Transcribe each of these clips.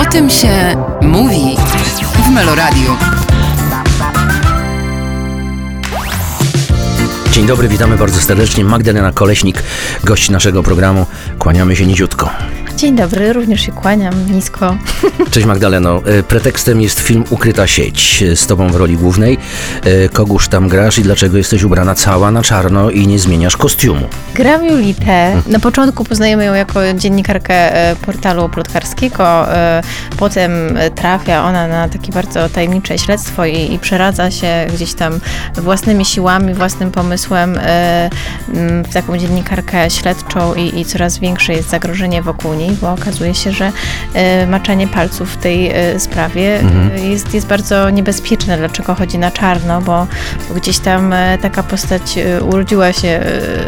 O tym się mówi w Meloradiu. Dzień dobry, witamy bardzo serdecznie. Magdalena Koleśnik, gość naszego programu. Kłaniamy się niziutko. Dzień dobry, również się kłaniam nisko. Cześć Magdaleno. Pretekstem jest film Ukryta sieć z tobą w roli głównej. Kogóż tam grasz i dlaczego jesteś ubrana cała na czarno i nie zmieniasz kostiumu? Gram Julitę. Na początku poznajemy ją jako dziennikarkę portalu plotkarskiego. Potem trafia ona na takie bardzo tajemnicze śledztwo i przeradza się gdzieś tam własnymi siłami, własnym pomysłem w taką dziennikarkę śledczą i coraz większe jest zagrożenie wokół niej, bo okazuje się, że maczanie palców w tej sprawie jest bardzo niebezpieczne. Dlaczego chodzi na czarno? Bo gdzieś tam taka postać urodziła się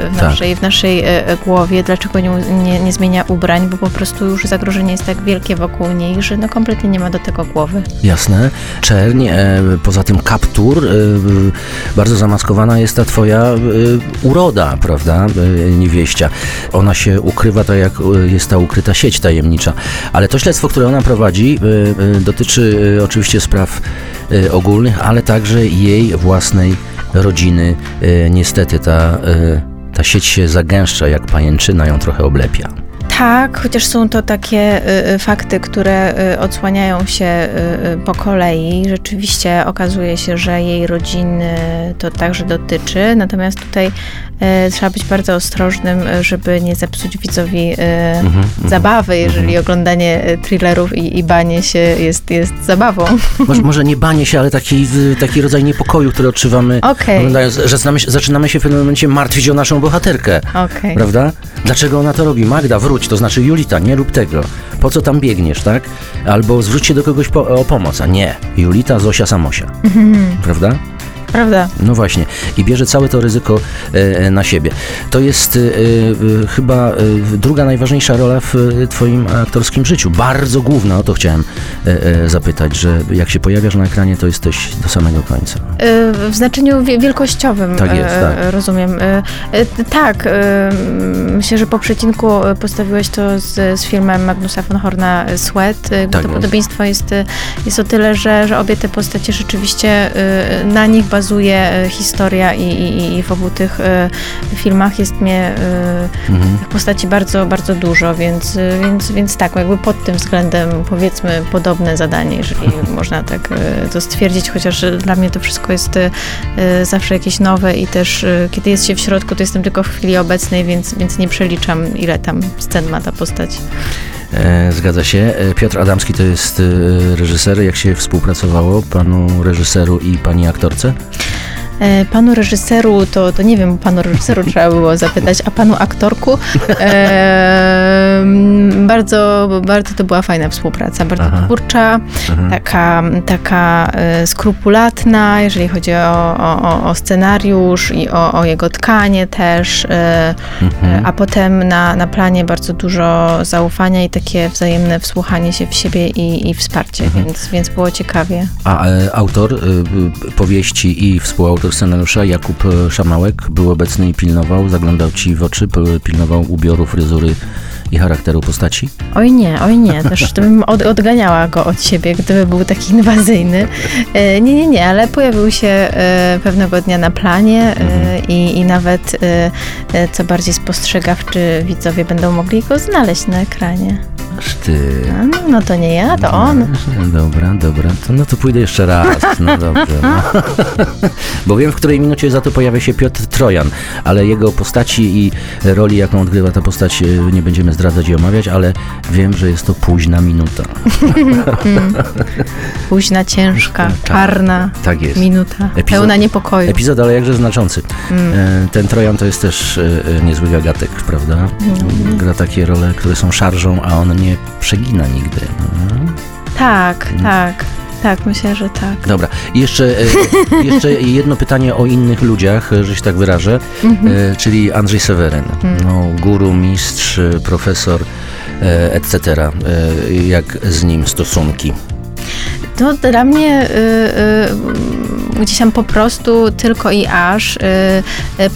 w naszej głowie. Dlaczego nie zmienia ubrań? Bo po prostu już zagrożenie jest tak wielkie wokół niej, że kompletnie nie ma do tego głowy. Jasne. Czerń, poza tym kaptur, bardzo zamaskowana jest ta twoja uroda, prawda, niewieścia. Ona się ukrywa tak, jak jest ta ukryta sieć tajemnicza. Ale to śledztwo, które ona prowadzi, dotyczy oczywiście spraw ogólnych, ale także jej własnej rodziny. Niestety ta sieć się zagęszcza jak pajęczyna, ją trochę oblepia. Tak, chociaż są to takie fakty, które odsłaniają się po kolei. Rzeczywiście okazuje się, że jej rodziny to także dotyczy, natomiast tutaj trzeba być bardzo ostrożnym, żeby nie zepsuć widzowi zabawy, jeżeli oglądanie thrillerów i banie się jest zabawą. Może nie banie się, ale taki rodzaj niepokoju, który odczuwamy, oglądając, że zaczynamy się w pewnym momencie martwić o naszą bohaterkę, prawda? Dlaczego ona to robi? Magda, wróć, to znaczy Julita, nie rób tego. Po co tam biegniesz, tak? Albo zwróć się do kogoś o pomoc, a nie. Julita, Zosia, Samosia. Prawda? Prawda. No właśnie. I bierze całe to ryzyko na siebie. To jest chyba druga najważniejsza rola w twoim aktorskim życiu. Bardzo główna, o to chciałem zapytać, że jak się pojawiasz na ekranie, to jesteś do samego końca. W znaczeniu wielkościowym. Tak jest, tak. Rozumiem. Tak. Myślę, że po przecinku postawiłeś to z filmem Magnusa von Horna Sweat. Tak to podobieństwo jest o tyle, że obie te postacie rzeczywiście na nich bazuje historia i w obu tych filmach jest mnie tych postaci bardzo, bardzo dużo, więc tak, jakby pod tym względem powiedzmy podobne zadanie, jeżeli można tak to stwierdzić, chociaż dla mnie to wszystko jest zawsze jakieś nowe i też kiedy jest się w środku, to jestem tylko w chwili obecnej, więc nie przeliczam, ile tam scen ma ta postać. Zgadza się. Piotr Adamski to jest reżyser. Jak się współpracowało panu reżyseru i pani aktorce? Panu reżyseru, to nie wiem, panu reżyseru trzeba było zapytać, a panu aktorku bardzo, bardzo to była fajna współpraca, bardzo twórcza, taka skrupulatna, jeżeli chodzi o scenariusz i o jego tkanie też, a potem na planie bardzo dużo zaufania i takie wzajemne wsłuchanie się w siebie i wsparcie, więc było ciekawie. A autor powieści i współautor scenariusza Jakub Szamałek był obecny i pilnował, zaglądał ci w oczy, pilnował ubioru, fryzury i charakteru postaci? Oj nie, też to bym odganiała go od siebie, gdyby był taki inwazyjny. Nie, ale pojawił się pewnego dnia na planie i nawet co bardziej spostrzegawczy widzowie będą mogli go znaleźć na ekranie. Aż ty. No to nie ja, to on. Dobra. To pójdę jeszcze raz. No dobrze. No. Bo wiem, w której minucie za to pojawia się Piotr Trojan, ale jego postaci i roli, jaką odgrywa ta postać, nie będziemy zdradzać i omawiać, ale wiem, że jest to późna minuta. Późna, ciężka, czarna minuta, pełna niepokoju. Epizod, ale jakże znaczący. Ten Trojan to jest też niezły gagatek, prawda? Gra takie role, które są szarżą, a on nie przegina nigdy. Tak, myślę, że tak. Dobra. I jeszcze jedno pytanie o innych ludziach, że się tak wyrażę, czyli Andrzej Seweryn. Guru, mistrz, profesor, etc. Jak z nim stosunki? To dla mnie gdzieś tam po prostu tylko i aż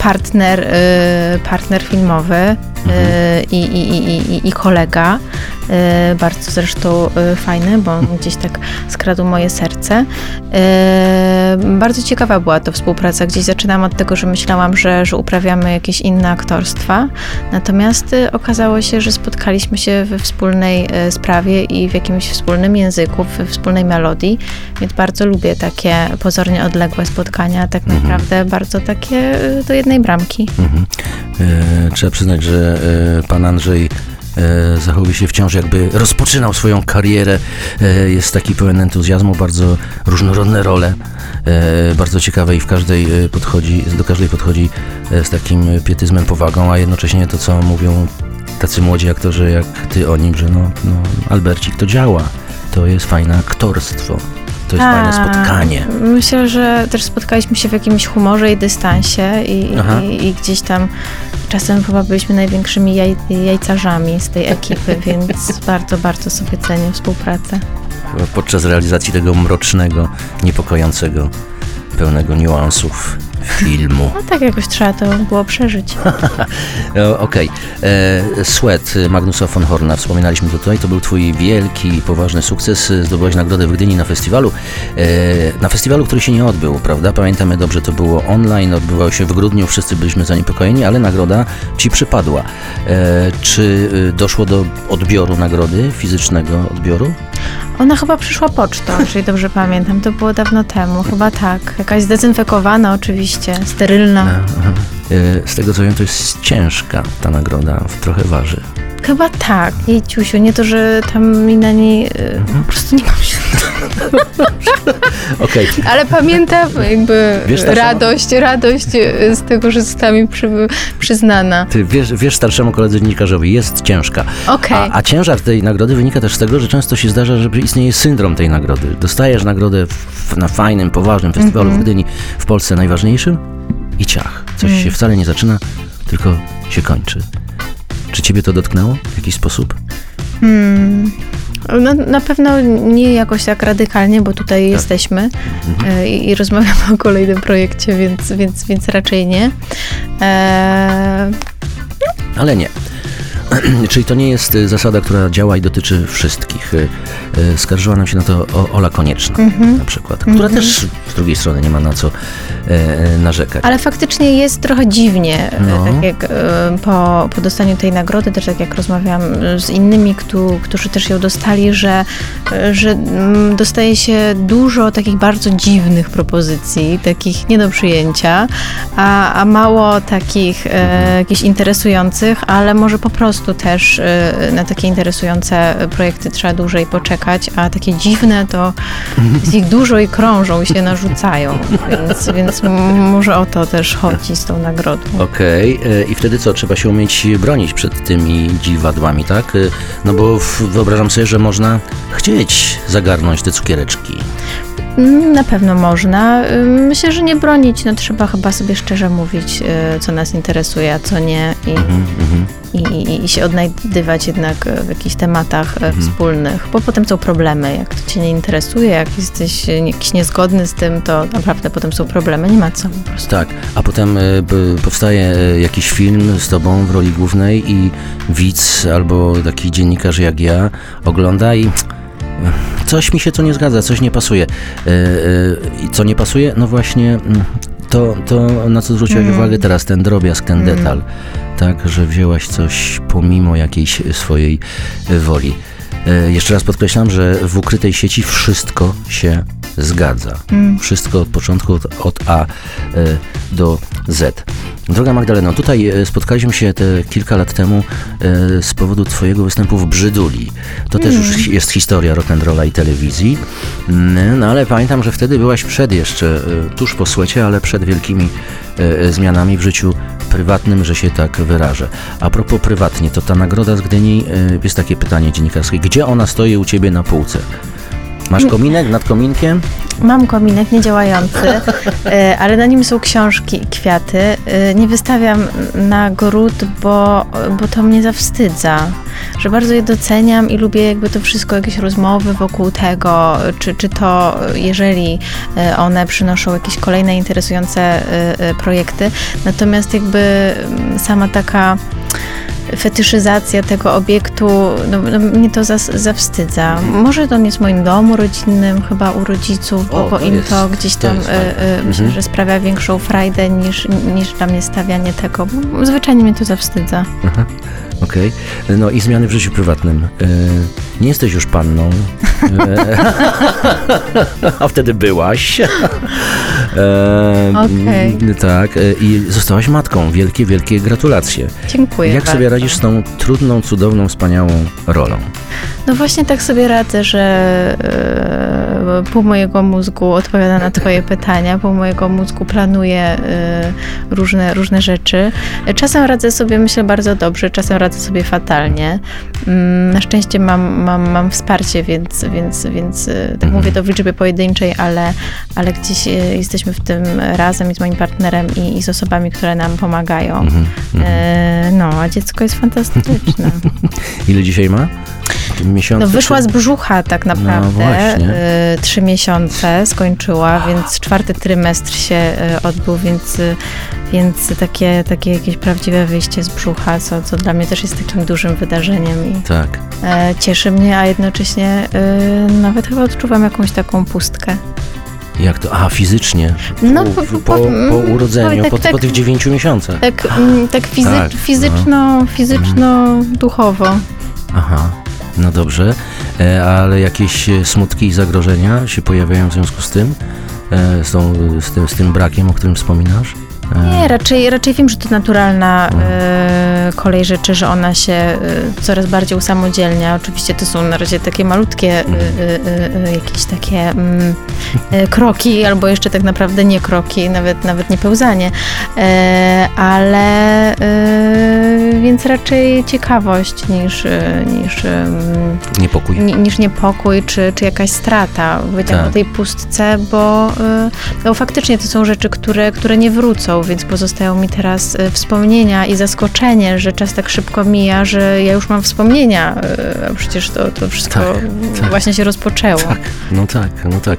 partner filmowy i kolega. bardzo zresztą fajny, bo on gdzieś tak skradł moje serce. Bardzo ciekawa była to współpraca. Gdzieś zaczynałam od tego, że myślałam, że uprawiamy jakieś inne aktorstwa, natomiast okazało się, że spotkaliśmy się we wspólnej sprawie i w jakimś wspólnym języku, we wspólnej melodii, więc bardzo lubię takie pozornie odległe spotkania, tak naprawdę bardzo takie do jednej bramki. Trzeba przyznać, że pan Andrzej zachowuje się wciąż, jakby rozpoczynał swoją karierę. Jest taki pełen entuzjazmu, bardzo różnorodne role, bardzo ciekawe i do każdej podchodzi z takim pietyzmem, powagą, a jednocześnie to, co mówią tacy młodzi aktorzy jak ty o nim, że Albercik, to działa, to jest fajne aktorstwo. To jest fajne spotkanie. Myślę, że też spotkaliśmy się w jakimś humorze i dystansie i gdzieś tam czasem chyba byliśmy największymi jajcarzami z tej ekipy, więc bardzo, bardzo sobie cenię współpracę. Podczas realizacji tego mrocznego, niepokojącego, pełnego niuansów filmu. No tak jakoś trzeba to było przeżyć. Okej. Sweat Magnusa von Horna, wspominaliśmy to tutaj, to był twój wielki, poważny sukces. Zdobyłeś nagrodę w Gdyni na festiwalu, który się nie odbył, prawda? Pamiętamy dobrze, to było online, odbywało się w grudniu, wszyscy byliśmy zaniepokojeni, ale nagroda ci przypadła. Czy doszło do odbioru nagrody, fizycznego odbioru? Ona chyba przyszła pocztą, jeżeli dobrze pamiętam. To było dawno temu, chyba tak. Jakaś zdezynfekowana oczywiście, sterylna. Z tego co wiem, to jest ciężka ta nagroda, trochę waży. Chyba tak. Jej ciusiu, nie to, że tam mi na niej po prostu nie mam się. Okay. Ale pamiętam jakby radość z tego, że została mi przyznana. Ty wiesz starszemu koledze dziennikarzowi, jest ciężka. Okay. A ciężar tej nagrody wynika też z tego, że często się zdarza, że istnieje syndrom tej nagrody. Dostajesz nagrodę na fajnym, poważnym festiwalu w Gdyni, w Polsce najważniejszym i ciach. Coś się wcale nie zaczyna, tylko się kończy. Czy ciebie to dotknęło w jakiś sposób? No, na pewno nie jakoś tak radykalnie, bo tutaj jesteśmy i rozmawiamy o kolejnym projekcie, więc raczej nie. Ale nie. Czyli to nie jest zasada, która działa i dotyczy wszystkich. Skarżyła nam się na to Ola Konieczna na przykład, która też z drugiej strony nie ma na co narzekać. Ale faktycznie jest trochę dziwnie, tak jak po dostaniu tej nagrody, też tak jak rozmawiałam z innymi, którzy też ją dostali, że dostaje się dużo takich bardzo dziwnych propozycji, takich nie do przyjęcia, a mało takich jakichś interesujących, ale może po prostu też na takie interesujące projekty trzeba dłużej poczekać, a takie dziwne to jest ich dużo i krążą i się narzucają, więc może o to też chodzi z tą nagrodą. Okej. I wtedy co? Trzeba się umieć bronić przed tymi dziwadłami, tak? No bo wyobrażam sobie, że można chcieć zagarnąć te cukiereczki. Na pewno można. Myślę, że nie bronić, trzeba chyba sobie szczerze mówić, co nas interesuje, a co nie i się odnajdywać jednak w jakichś tematach wspólnych, bo potem są problemy. Jak to cię nie interesuje, jak jesteś jakiś niezgodny z tym, to naprawdę potem są problemy, nie ma co po prostu. Tak, a potem powstaje jakiś film z tobą w roli głównej i widz albo taki dziennikarz jak ja ogląda i coś mi się tu nie zgadza, coś nie pasuje. I co nie pasuje? No właśnie to na co zwróciłaś uwagę teraz, ten drobiazg, ten detal, tak, że wzięłaś coś pomimo jakiejś swojej woli. Jeszcze raz podkreślam, że w ukrytej sieci wszystko się zgadza. Wszystko od początku, od A do Z. Droga Magdaleno, tutaj spotkaliśmy się kilka lat temu z powodu twojego występu w Brzyduli. To też już jest historia rock'n'rolla i telewizji. No ale pamiętam, że wtedy byłaś tuż po Sweacie, ale przed wielkimi zmianami w życiu prywatnym, że się tak wyrażę. A propos prywatnie, to ta nagroda z Gdyni, jest takie pytanie dziennikarskie. Gdzie ona stoi u ciebie na półce? Masz kominek nad kominkiem? Mam kominek niedziałający, ale na nim są książki i kwiaty. Nie wystawiam na gród, bo to mnie zawstydza, że bardzo je doceniam i lubię jakby to wszystko, jakieś rozmowy wokół tego, czy to, jeżeli one przynoszą jakieś kolejne interesujące projekty. Natomiast jakby sama taka fetyszyzacja tego obiektu, mnie to zawstydza. Może to nie jest w moim domu rodzinnym, chyba u rodziców, bo im to gdzieś tam myślę, że sprawia większą frajdę niż dla mnie stawianie tego. Zwyczajnie mnie to zawstydza. Aha. Okej. No i zmiany w życiu prywatnym. Nie jesteś już panną, a wtedy byłaś. Tak. I zostałaś matką. Wielkie, wielkie gratulacje. Dziękuję Jak bardzo. sobie radzisz z tą trudną, cudowną, wspaniałą rolą? No właśnie tak sobie radzę, że pół mojego mózgu odpowiada na twoje pytania, pół mojego mózgu planuje różne rzeczy. Czasem radzę sobie, myślę, bardzo dobrze, czasem radzę sobie fatalnie. Na szczęście mam wsparcie, więc tak mówię to w liczbie pojedynczej, ale gdzieś jesteśmy w tym razem i z moim partnerem i z osobami, które nam pomagają. No, a dziecko jest fantastyczne. Ile dzisiaj ma? Miesiące? No wyszła z brzucha tak naprawdę. 3 miesiące skończyła, więc 4. trymestr się odbył, więc takie jakieś prawdziwe wyjście z brzucha, co dla mnie też jest takim dużym wydarzeniem i tak. Cieszy mnie, a jednocześnie nawet chyba odczuwam jakąś taką pustkę. Jak to? Aha, fizycznie. No, po urodzeniu, po tych 9 miesiącach. Tak fizyczno-duchowo. Aha, no dobrze. Ale jakieś smutki i zagrożenia się pojawiają w związku z tym? Z tym brakiem, o którym wspominasz? Nie, raczej wiem, że to naturalna kolej rzeczy, że ona się coraz bardziej usamodzielnia. Oczywiście to są na razie takie malutkie jakieś takie kroki, albo jeszcze tak naprawdę nie kroki, nawet nie pełzanie, ale więc raczej ciekawość niż niepokój. Niż niepokój, czy jakaś strata. Powiedziałam o tej pustce, bo faktycznie to są rzeczy, które nie wrócą, więc pozostają mi teraz wspomnienia i zaskoczenie, że czas tak szybko mija, że ja już mam wspomnienia, a przecież to wszystko właśnie się rozpoczęło. No tak.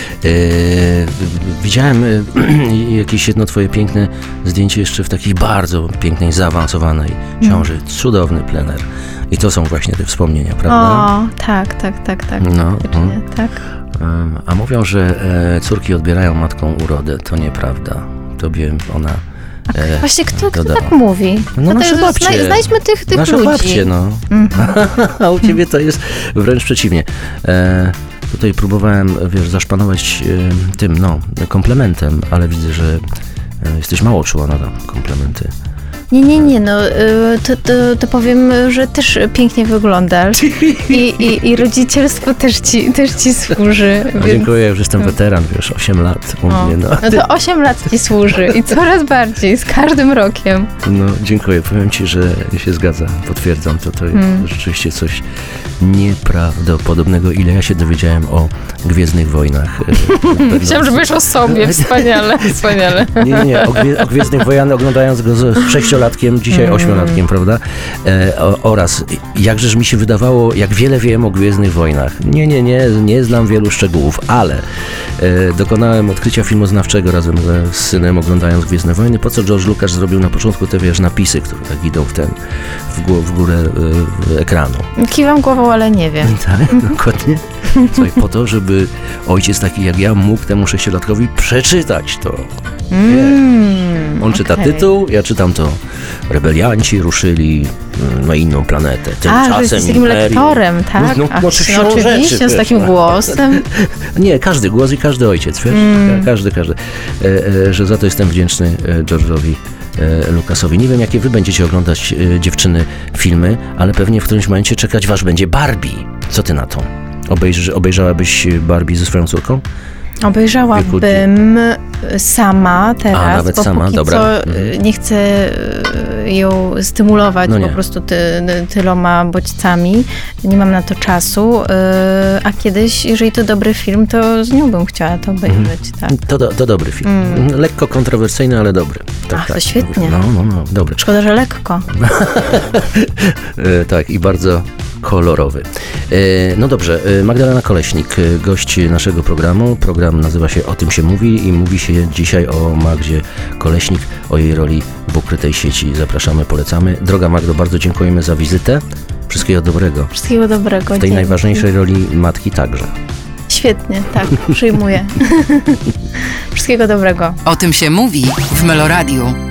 Widziałem jakieś jedno twoje piękne zdjęcie jeszcze w takiej bardzo pięknej, zaawansowanej ciąży. Cudowny plener. I to są właśnie te wspomnienia, prawda? O, tak. No, tak. A mówią, że córki odbierają matką urodę. To nieprawda. Tobie ona właśnie kto dodała. tak mówi? No nasze babcie. Znajdźmy tych nasze ludzi. Babcie, no. A u ciebie to jest wręcz przeciwnie. Tutaj próbowałem, zaszpanować tym, komplementem, ale widzę, że jesteś mało czuła na komplementy. Nie, to powiem, że też pięknie wyglądasz i rodzicielstwo też ci służy. Więc... Dziękuję, już jestem weteran, 8 lat u mnie. No to 8 lat ci służy i coraz bardziej, z każdym rokiem. No, dziękuję, powiem ci, że się zgadza, potwierdzam to jest rzeczywiście coś nieprawdopodobnego, ile ja się dowiedziałem o Gwiezdnych Wojnach. Myślałam, że wiesz o sobie, wspaniale. Nie, o Gwiezdnych Wojnach oglądając go z 6-latkiem, dzisiaj 8-latkiem, prawda? Oraz jakżeż mi się wydawało, jak wiele wiem o Gwiezdnych Wojnach. Nie znam wielu szczegółów, ale dokonałem odkrycia filmoznawczego razem z synem, oglądając Gwiezdne Wojny. Po co George Lucas zrobił na początku te, napisy, które tak idą w górę ekranu. Kiwam głową, ale nie wiem. Tak, dokładnie. Słuchaj, po to, żeby ojciec taki jak ja mógł temu 6-latkowi przeczytać to. On czyta tytuł, ja czytam to. Rebelianci ruszyli na inną planetę. Tymczasem że z takim lektorem, tak? Oczywiście, z takim głosem. Nie, każdy głos i każdy ojciec, wiesz? Każdy. Że za to jestem wdzięczny George'owi Lucasowi. Nie wiem, jakie wy będziecie oglądać, dziewczyny, filmy, ale pewnie w którymś momencie czekać was będzie Barbie. Co ty na to? Obejrzałabyś Barbie ze swoją córką? Obejrzałabym sama teraz, a, nawet bo sama? póki Dobra. co nie chcę ją stymulować po prostu tyloma bodźcami. Nie mam na to czasu, a kiedyś, jeżeli to dobry film, to z nią bym chciała to obejrzeć. Tak. To dobry film. Lekko kontrowersyjny, ale dobry. Tak, to świetnie. No, dobry. Szkoda, że lekko. Tak, i bardzo kolorowy. No dobrze, Magdalena Koleśnik, gość naszego programu. Program nazywa się O tym się mówi i mówi się dzisiaj o Magdzie Koleśnik, o jej roli w ukrytej sieci. Zapraszamy, polecamy. Droga Magdo, bardzo dziękujemy za wizytę. Wszystkiego dobrego. Wszystkiego dobrego. W tej najważniejszej roli matki także. Świetnie, tak, przyjmuję. Wszystkiego dobrego. O tym się mówi w Meloradiu.